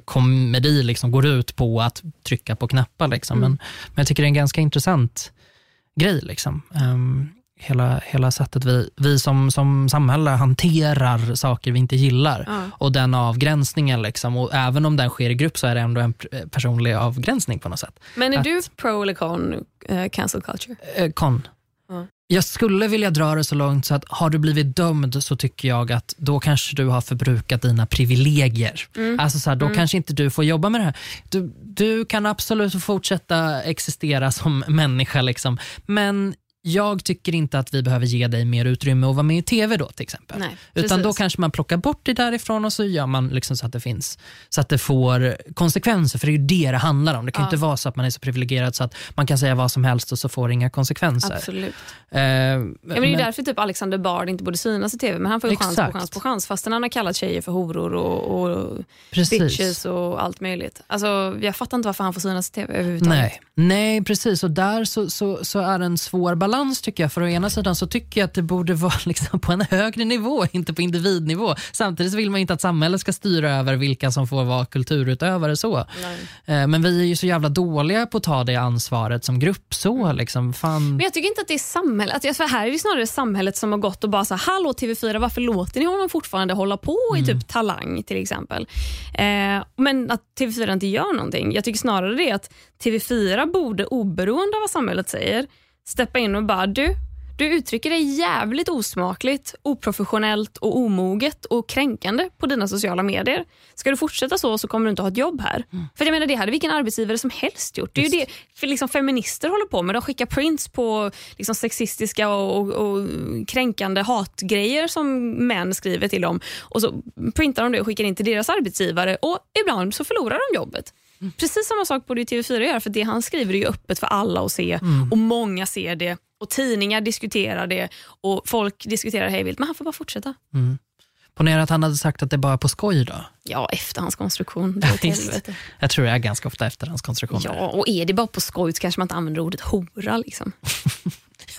komedi liksom går ut på att trycka på knappar liksom. Mm. Men, men jag tycker det är en ganska intressant grej liksom. Um, hela, hela sättet vi, vi som, som samhälle hanterar saker vi inte gillar. Mm. Och den avgränsningen liksom. Och även om den sker i grupp så är det ändå en personlig avgränsning på något sätt. Men är att, du pro eller con uh, cancel culture? Uh, con. Mm. Jag skulle vilja dra det så långt så att har du blivit dömd så tycker jag att då kanske du har förbrukat dina privilegier. Mm. Alltså så här, då mm. kanske inte du får jobba med det här. Du, du kan absolut fortsätta existera som människa liksom. Men jag tycker inte att vi behöver ge dig mer utrymme att vara med i tv då till exempel. Nej, utan då kanske man plockar bort det därifrån och så gör man liksom så att det finns, så att det får konsekvenser, för det är ju det det handlar om. Det kan ju ja. inte vara så att man är så privilegierad så att man kan säga vad som helst och så får det inga konsekvenser. Absolut. Eh, ja, men det är därför typ Alexander Bard inte borde synas i tv, men han får ju chans på chans på chans fastän han har kallat tjejer för horor och, och bitches och allt möjligt. Alltså jag fattar inte varför han får synas i tv överhuvudtaget. Nej, Nej precis, och där så, så, så är det en svår balans tycker jag. För å ena sidan så tycker jag att det borde vara liksom på en högre nivå, inte på individnivå. Samtidigt vill man inte att samhället ska styra över vilka som får vara kulturutövare så. Nej. Men vi är ju så jävla dåliga på att ta det ansvaret som grupp så liksom. Fan. Men jag tycker inte att det är samhället. För här är det snarare samhället som har gått och bara så här, hallå T V fyra, varför låter ni honom fortfarande hålla på i mm. typ Talang till exempel? Eh, men att T V fyra inte gör någonting. Jag tycker snarare det att T V fyra borde, oberoende av vad samhället säger, steppa in och bara, du, du uttrycker dig jävligt osmakligt, oprofessionellt och omoget och kränkande på dina sociala medier. Ska du fortsätta så så kommer du inte ha ett jobb här. Mm. För jag menar, det hade vilken arbetsgivare som helst gjort. Det är ju det för liksom feminister håller på med. De skickar prints på liksom sexistiska och, och, och kränkande hatgrejer som män skriver till dem. Och så printar de det och skickar in till deras arbetsgivare. Och ibland så förlorar de jobbet. Mm. Precis samma sak borde T V fyra göra, för det han skriver är ju öppet för alla att se mm. och många ser det och tidningar diskuterar det och folk diskuterar hejvilt, men han får bara fortsätta. Mm. Ponera att han hade sagt att det bara är på skoj då? Ja, efterhandskonstruktion. Det är helvete. Jag tror det är ganska ofta efterhandskonstruktion. Ja, och är det bara på skoj så kanske man inte använder ordet hora liksom.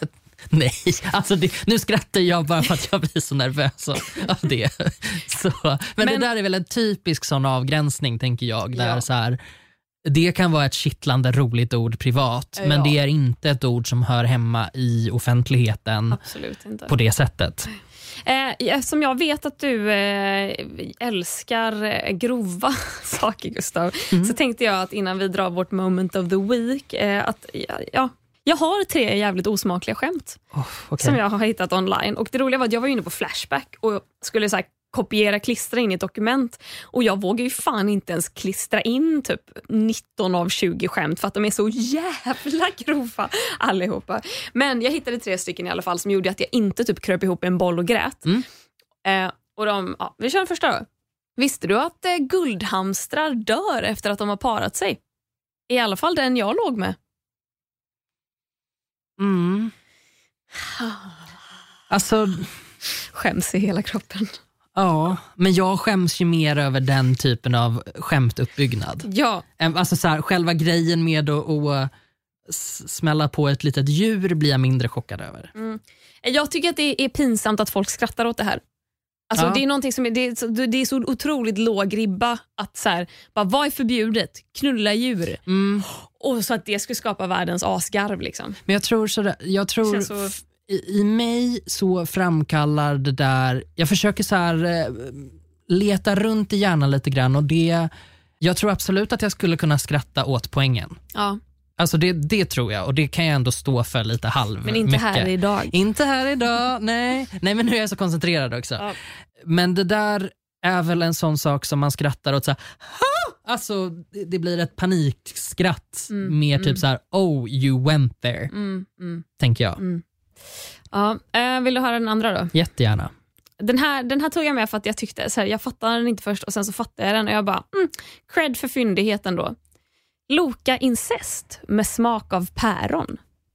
Nej, alltså det, nu skrattar jag bara för att jag blir så nervös av det. Så, men, men det där är väl en typisk sån avgränsning, tänker jag. Där ja. så här, det kan vara ett kittlande roligt ord privat, ja. men det är inte ett ord som hör hemma i offentligheten. Absolut inte. På det sättet. Eh, som jag vet att du eh, älskar eh, grova saker, Gustav, mm. så tänkte jag att innan vi drar vårt moment of the week eh, att ja, jag har tre jävligt osmakliga skämt oh, okay. som jag har hittat online. Och det roliga var att jag var inne på Flashback och skulle så här kopiera, klistra in i ett dokument, och jag vågar ju fan inte ens klistra in typ nitton av tjugo skämt för att de är så jävla grova allihopa. Men jag hittade tre stycken i alla fall som gjorde att jag inte typ kröp ihop en boll och grät. Mm. Eh, och de, ja, vi kör den första då. Visste du att eh, guldhamstrar dör efter att de har parat sig? I alla fall den jag låg med. Mm. Alltså... Skäms i hela kroppen. Ja, men jag skäms ju mer över den typen av skämtuppbyggnad. Ja. Alltså så här, själva grejen med att, att smälla på ett litet djur blir jag mindre chockad över. Mm. Jag tycker att det är pinsamt att folk skrattar åt det här. Alltså ja. det är någonting som är, det är, så, det är så otroligt låg ribba att så här, bara, vad är förbjudet? Knulla djur. Mm. Och så att det skulle skapa världens asgarv liksom. Men jag tror så där, jag tror så... i, i mig så framkallar det där, jag försöker så här eh, leta runt i hjärnan lite grann, och det, jag tror absolut att jag skulle kunna skratta åt poängen. Ja. Alltså det, det tror jag, och det kan jag ändå stå för lite halv. Men inte mycket. här idag. Inte här idag, nej. Nej, men nu är jag så koncentrerad också. Ja. Men det där är väl en sån sak som man skrattar åt så här, ha! Alltså det, det blir ett panikskratt mm, mer typ mm. så här, oh you went there. Mm, mm. Tänker jag. Mm. Ja, äh, vill du höra den andra då? Jättegärna. Den här, den här tog jag med för att jag tyckte så här, jag fattade den inte först och sen så fattade jag den och jag bara, mm, cred för fyndigheten då. Loka incest med smak av päron.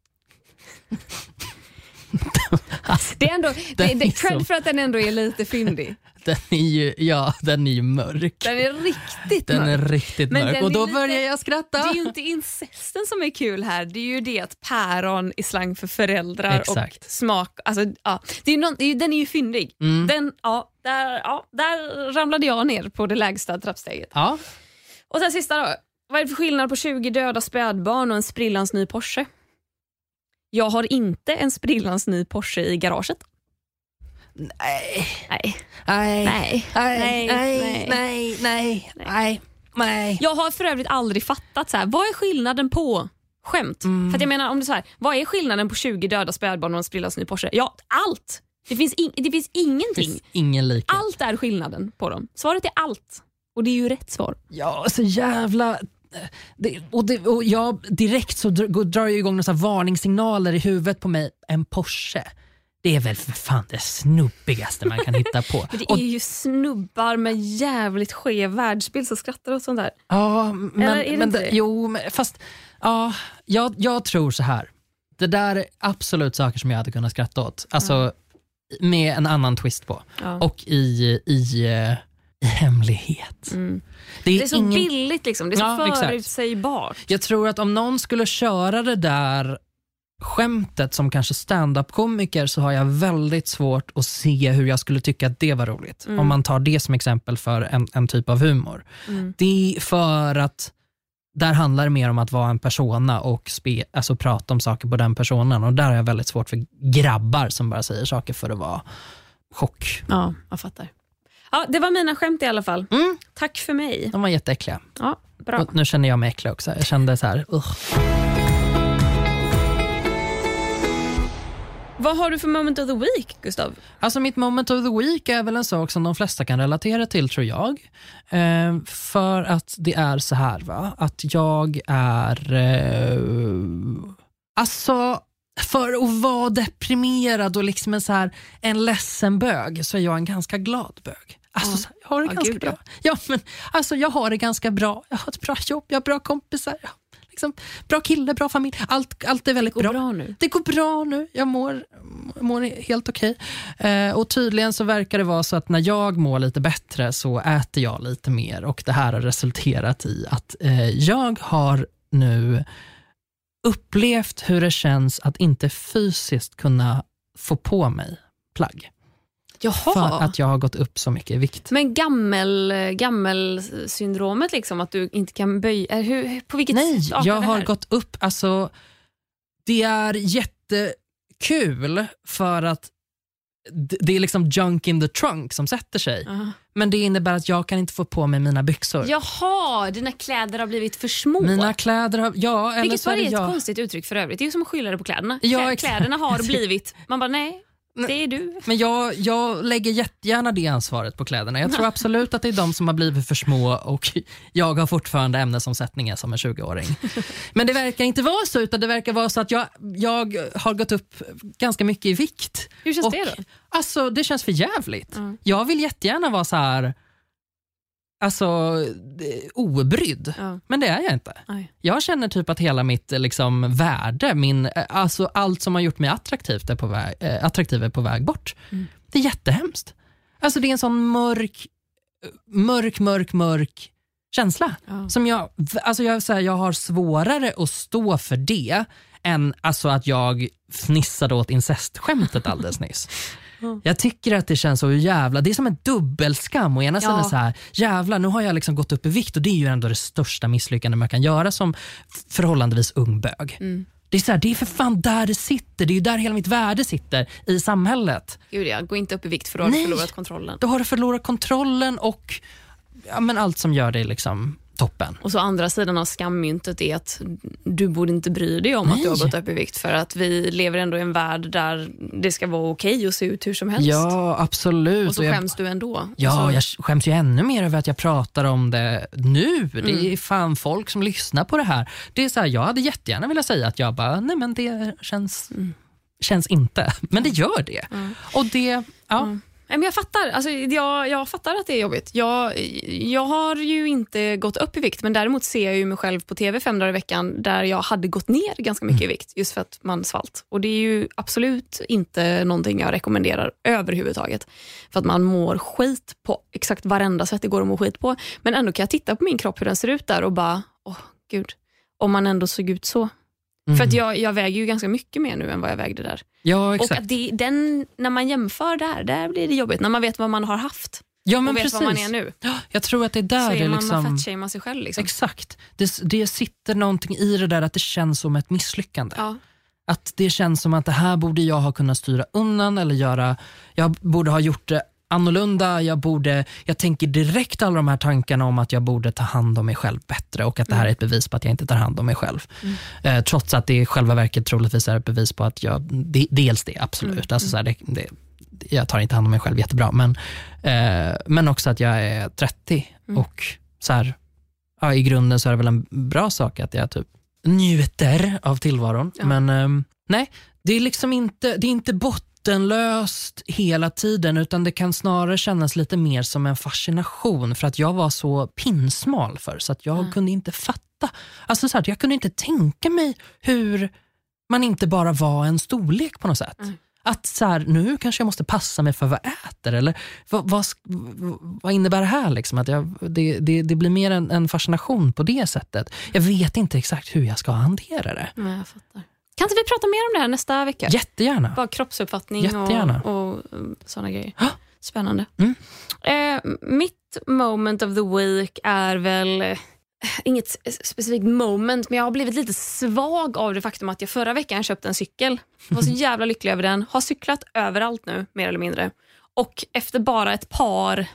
Alltså, det är ändå det, det, cred så... för att den ändå är lite fyndig. Den är ju, ja, den är ju mörk. Den är riktigt den mörk. Den är riktigt Men mörk. Och då lite, börjar jag skratta. Det är ju inte incesten som är kul här. Det är ju det att päron är slang för föräldrar. Exakt. Och smak. Alltså, ja. det är någon, det är, den är ju fyndig. Mm. Den, ja, där, ja, där ramlade jag ner på det lägsta trappsteget. Ja. Och sen sista då. Vad är det för skillnad på tjugo döda spädbarn och en sprillans ny Porsche? Jag har inte en sprillans ny Porsche i garaget. Nej. Nej. Nej. Nej. Nej. Nej. Nej. Nej. Nej. Nej. Jag har för övrigt aldrig fattat så här, vad är skillnaden på skämt? Mm. För att jag menar, om det är så här, vad är skillnaden på tjugo döda spädbarn och en sprillans ny Porsche? Ja, allt. Det finns, in, det finns ingenting. Det finns ingen likhet. Allt är skillnaden på dem. Svaret är allt. Och det är ju rätt svar. Ja, så jävla... Det, och, det, och jag direkt så drar, drar jag igång några varningssignaler i huvudet på mig. En Porsche, det är väl för fan det snubbigaste man kan hitta på. Det är ju snubbar med jävligt skev världsbild som skrattar åt sånt där. Ja, men, Eller är det men inte det, det? jo, men, fast ja, jag, jag tror så här. Det där är absolut saker som jag hade kunnat skratta åt. Alltså ja. Med en annan twist på. Ja. Och i... i i hemlighet. Mm. Det, är det är så ingen... billigt liksom. Det är så ja, förutsägbart. Jag tror att om någon skulle köra det där skämtet som kanske stand-up-komiker, så har jag väldigt svårt att se hur jag skulle tycka att det var roligt. Mm. Om man tar det som exempel för en, en typ av humor. Mm. Det är för att där handlar det mer om att vara en persona och spe, alltså prata om saker på den personen. Och där har jag väldigt svårt för grabbar som bara säger saker för att vara chock. Ja, jag fattar. Ja, det var mina skämt i alla fall. Mm. Tack för mig. De var jätteäckliga. Ja, bra. Och nu känner jag mig äcklig också. Jag kände så här, uh. Vad har du för moment of the week, Gustav? Alltså mitt moment of the week är väl en sak som de flesta kan relatera till, tror jag. Eh, för att det är så här, va? Att jag är... Eh, alltså... För att vara deprimerad och liksom en, så här, en ledsen bög, så är jag en ganska glad bög. Alltså, ja. så här, jag har det ja, ganska gud, bra. Ja, men, alltså, jag har det ganska bra. Jag har ett bra jobb, jag har bra kompisar. Jag, liksom, bra kille, bra familj. Allt, allt är väldigt det går bra. bra nu. Det går bra nu. Jag mår, mår helt okej. Eh, och tydligen så verkar det vara så att när jag mår lite bättre så äter jag lite mer. Och det här har resulterat i att eh, jag har nu upplevt hur det känns att inte fysiskt kunna få på mig plagg. Jaha. För att jag har gått upp så mycket i vikt. Men gammel, gammel syndromet liksom, att du inte kan böja, hur, på vilket Nej, sätt jag har gått upp, alltså det är jättekul för att det är liksom junk in the trunk som sätter sig. Uh-huh. Men det innebär att jag kan inte få på mig mina byxor. Jaha, dina kläder har blivit för små. Mina kläder har, ja. Eller vilket så var är det ett jag. konstigt uttryck för övrigt. Det är ju som att skylla det på kläderna. Ja, kläderna har blivit, man bara nej. Det är du. Men jag, jag lägger jättegärna det ansvaret på kläderna. Jag tror absolut att det är de som har blivit för små och jag har fortfarande ämnesomsättningar som en tjugoåring. Men det verkar inte vara så, utan det verkar vara så att jag, jag har gått upp ganska mycket i vikt. Hur känns och, det då? Alltså, det känns för jävligt. Mm. Jag vill jättegärna vara så här... Alltså obrydd. Ja. Men det är jag inte. Aj. Jag känner typ att hela mitt liksom, värde, min, alltså allt som har gjort mig attraktivt är på väg, äh, attraktiv är på väg bort. Mm. Det är jättehemskt. Alltså det är en sån mörk mörk, mörk, mörk känsla. Ja. Som jag, alltså jag, så här, jag har svårare att stå för det än alltså, att jag fnissade åt incestskämtet alldeles nyss. Jag tycker att det känns så jävla... Det är som en dubbelskam. Och ena sidan ja. så här, jävla, nu har jag liksom gått upp i vikt. Och det är ju ändå det största misslyckande man kan göra som förhållandevis ung bög. Mm. Det är så här, det är för fan där det sitter. Det är ju där hela mitt värde sitter i samhället. Gud ja, gå inte upp i vikt för då har du förlorat kontrollen. Då har du förlorat kontrollen och ja, men allt som gör det liksom toppen. Och så andra sidan av skammyntet är att du borde inte bry dig om Nej. att du har gått upp i vikt, för att vi lever ändå i en värld där det ska vara okej att se ut hur som helst. Ja, absolut. Och så skäms jag, du ändå. Ja, så... jag skäms ju ännu mer över att jag pratar om det nu. Det är mm. fan folk som lyssnar på det här. Det är så här, jag hade jättegärna vilja säga att jag bara, nej men det känns mm. känns inte. Men det gör det. Mm. Och det, ja... Mm. Men jag fattar, alltså, jag, jag fattar att det är jobbigt. Jag, jag har ju inte gått upp i vikt, men däremot ser jag ju mig själv på tv fem dagar i veckan där jag hade gått ner ganska mycket i vikt just för att man svalt. Och det är ju absolut inte någonting jag rekommenderar överhuvudtaget, för att man mår skit på exakt varenda sätt det går att må skit på. Men ändå kan jag titta på min kropp, hur den ser ut där och bara, åh gud, om man ändå såg ut så. Mm. För att jag, jag väger ju ganska mycket mer nu än vad jag vägde där. Ja, exakt. Och att det, den, när man jämför där, där blir det jobbigt. När man vet vad man har haft. Ja, men och vet precis. vad man är nu. Jag tror att det är där så är det man liksom... man fatshamear sig själv liksom. Exakt. Det, det sitter någonting i det där att det känns som ett misslyckande. Ja. Att det känns som att det här borde jag ha kunnat styra undan eller göra... Jag borde ha gjort det annorlunda, jag borde, jag tänker direkt alla de här tankarna om att jag borde ta hand om mig själv bättre och att det här är ett bevis på att jag inte tar hand om mig själv. Mm. Eh, trots att det i själva verket troligtvis är ett bevis på att jag, det, dels det, absolut. Mm. Alltså så här, det, det, jag tar inte hand om mig själv jättebra, men, eh, men också att jag är trettio mm. och så här, ja, i grunden så är det väl en bra sak att jag typ njuter av tillvaron. Ja. Men eh, nej, det är liksom inte, det är inte bort löst hela tiden, utan det kan snarare kännas lite mer som en fascination för att jag var så pinsmal för så att jag mm. kunde inte fatta. Alltså så här, jag kunde inte tänka mig hur man inte bara var en storlek på något sätt. Mm. Att så här, nu kanske jag måste passa mig för vad jag äter eller vad, vad, vad innebär det här liksom? Att jag, det, det, det blir mer en, en fascination på det sättet. Jag vet inte exakt hur jag ska hantera det. Nej, jag fattar. Kan inte vi prata mer om det här nästa vecka? Jättegärna. Bara kroppsuppfattning Jättegärna. och, och sådana grejer. Ha? Spännande. Mm. Eh, mitt moment of the week är väl eh, inget specifikt moment, men jag har blivit lite svag av det faktum att jag förra veckan köpte en cykel. Jag var så jävla lycklig över den. Har cyklat överallt nu, mer eller mindre. Och efter bara ett par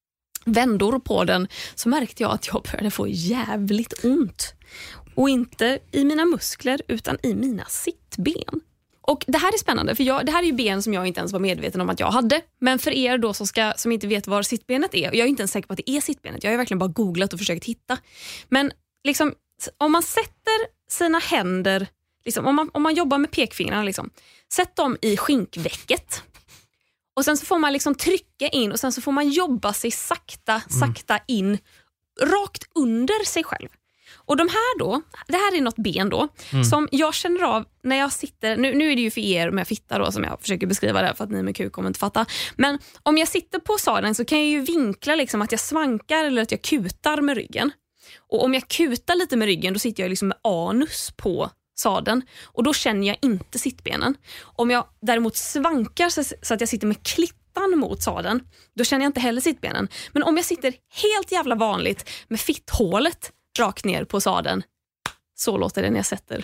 vändor på den så märkte jag att jag började få jävligt ont. Och inte i mina muskler utan i mina sittben. Och det här är spännande, för jag, det här är ju ben som jag inte ens var medveten om att jag hade. Men för er då som, ska, som inte vet var sittbenet är, och jag är inte ens säker på att det är sittbenet. Jag har verkligen bara googlat och försökt hitta. Men liksom, om man sätter sina händer, liksom, om, man, om man jobbar med pekfingrarna, liksom, sätt dem i skinkväcket. Och sen så får man liksom trycka in och sen så får man jobba sig sakta, sakta in rakt under sig själv. Och de här då, det här är något ben då, mm. som jag känner av när jag sitter, nu, nu är det ju för er med fitta då som jag försöker beskriva det för att ni med kuk kommer inte fatta. Men om jag sitter på sadeln så kan jag ju vinkla liksom att jag svankar eller att jag kutar med ryggen. Och om jag kutar lite med ryggen då sitter jag liksom med anus på sadeln och då känner jag inte sittbenen. Om jag däremot svankar så, så att jag sitter med klittan mot sadeln, då känner jag inte heller sittbenen. Men om jag sitter helt jävla vanligt med fitthålet rakt ner på sadeln, så låter det när jag sätter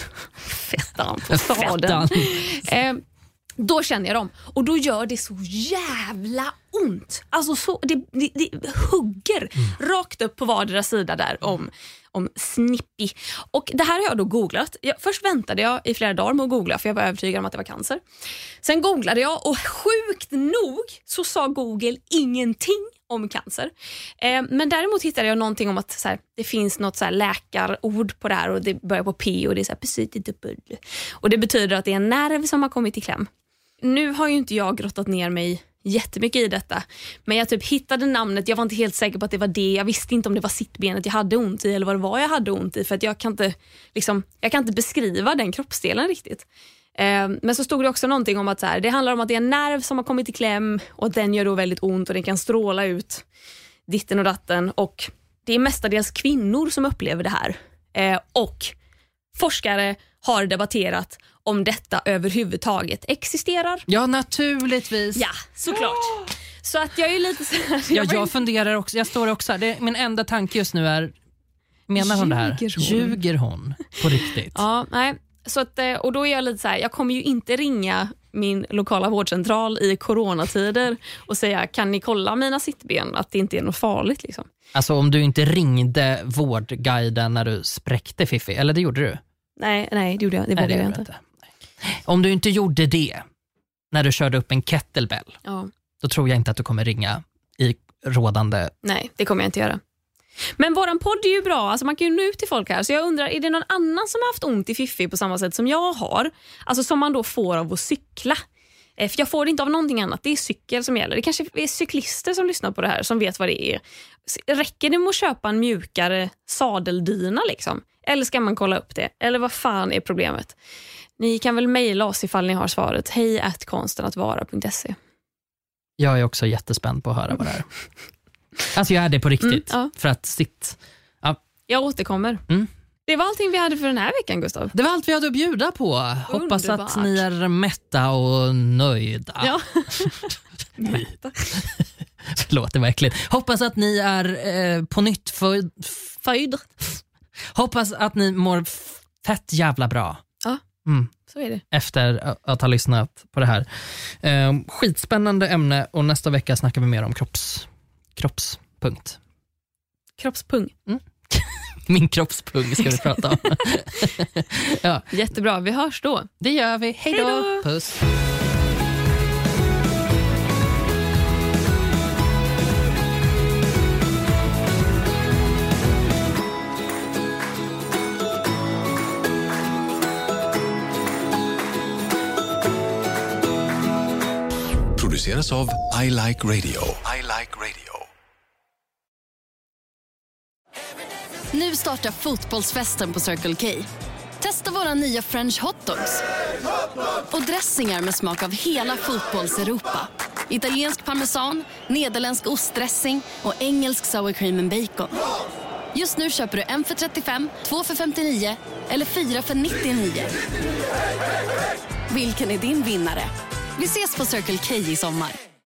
fettan på sadeln. eh, Då känner jag dem. Och då gör det så jävla ont. Alltså så, det, det, det hugger mm. rakt upp på vardera sida där om, om snippi. Och det här har jag då googlat. Jag, först väntade jag i flera dagar med att googla för jag var övertygad om att det var cancer. Sen googlade jag och sjukt nog så sa Google ingenting om cancer. Eh, men däremot hittade jag någonting om att så här, det finns något så här läkarord på det här och det börjar på P och det är så här precis. Och det betyder att det är en nerv som har kommit i kläm. Nu har ju inte jag grottat ner mig jättemycket i detta, men jag typ hittade namnet. Jag var inte helt säker på att det var det. Jag visste inte om det var sittbenet jag hade ont i eller vad det var jag hade ont i, för att jag kan inte liksom, jag kan inte beskriva den kroppsdelen riktigt. Eh, men så stod det också någonting om att så här, det handlar om att det är en nerv som har kommit i kläm och att den gör då väldigt ont och den kan stråla ut ditten och datten, och det är mestadels kvinnor som upplever det här. Eh, och forskare har debatterat om detta överhuvudtaget existerar. Ja, naturligtvis. Ja, såklart. Oh. Så att jag är lite så här, ja, jag funderar också, jag står också här, det, min enda tanke just nu är, menar hon det här? Ljuger hon? Ljuger hon på riktigt? Ja, nej. Så att, och då är jag lite så här, jag kommer ju inte ringa min lokala vårdcentral i coronatider och säga, kan ni kolla mina sittben att det inte är något farligt liksom. Alltså om du inte ringde vårdguiden när du spräckte Fiffi, eller det gjorde du? Nej, nej det gjorde jag, det vågade jag inte. inte. Om du inte gjorde det när du körde upp en kettlebell, ja. Då tror jag inte att du kommer ringa i rådande... Nej, det kommer jag inte göra. Men våran podd är ju bra, alltså man kan ju nå ut till folk här. Så jag undrar, är det någon annan som har haft ont i Fiffi på samma sätt som jag har? Alltså som man då får av att cykla. För jag får det inte av någonting annat, det är cykel som gäller. Det kanske är cyklister som lyssnar på det här som vet vad det är. Räcker det med att köpa en mjukare sadeldyna liksom? Eller ska man kolla upp det? Eller vad fan är problemet? Ni kan väl mejla oss ifall ni har svaret. hej at konstenatvara punkt se. Jag är också jättespänd på att höra vad det är. Alltså jag är det på riktigt. Mm, ja. För att sitt... Ja. Jag återkommer. Mm. Det var allting vi hade för den här veckan, Gustav. Det var allt vi hade att bjuda på. Underbart. Hoppas att ni är mätta och nöjda. Ja. Mätta. Förlåt, det var äckligt. Hoppas att ni är eh, på nytt för... Föjd. Hoppas att ni mår fett jävla bra. Ja, mm. så är det. Efter att ha lyssnat på det här. Eh, skitspännande ämne, och nästa vecka snackar vi mer om kropps... Kroppspunkt. Kroppspung. Mm. Min kroppspung ska vi prata om. Ja. Jättebra, vi hörs då. Det gör vi. Hej då. Puss. Produceras av I Like Radio. I Like Radio. Nu startar fotbollsfesten på Circle K. Testa våra nya French hotdogs och dressingar med smak av hela fotbolls-Europa. Italiensk parmesan, nederländsk ostdressing och engelsk sour cream and bacon. Just nu köper du en för trettiofem, två för femtionio eller fyra för nittionio. Vilken är din vinnare? Vi ses på Circle K i sommar.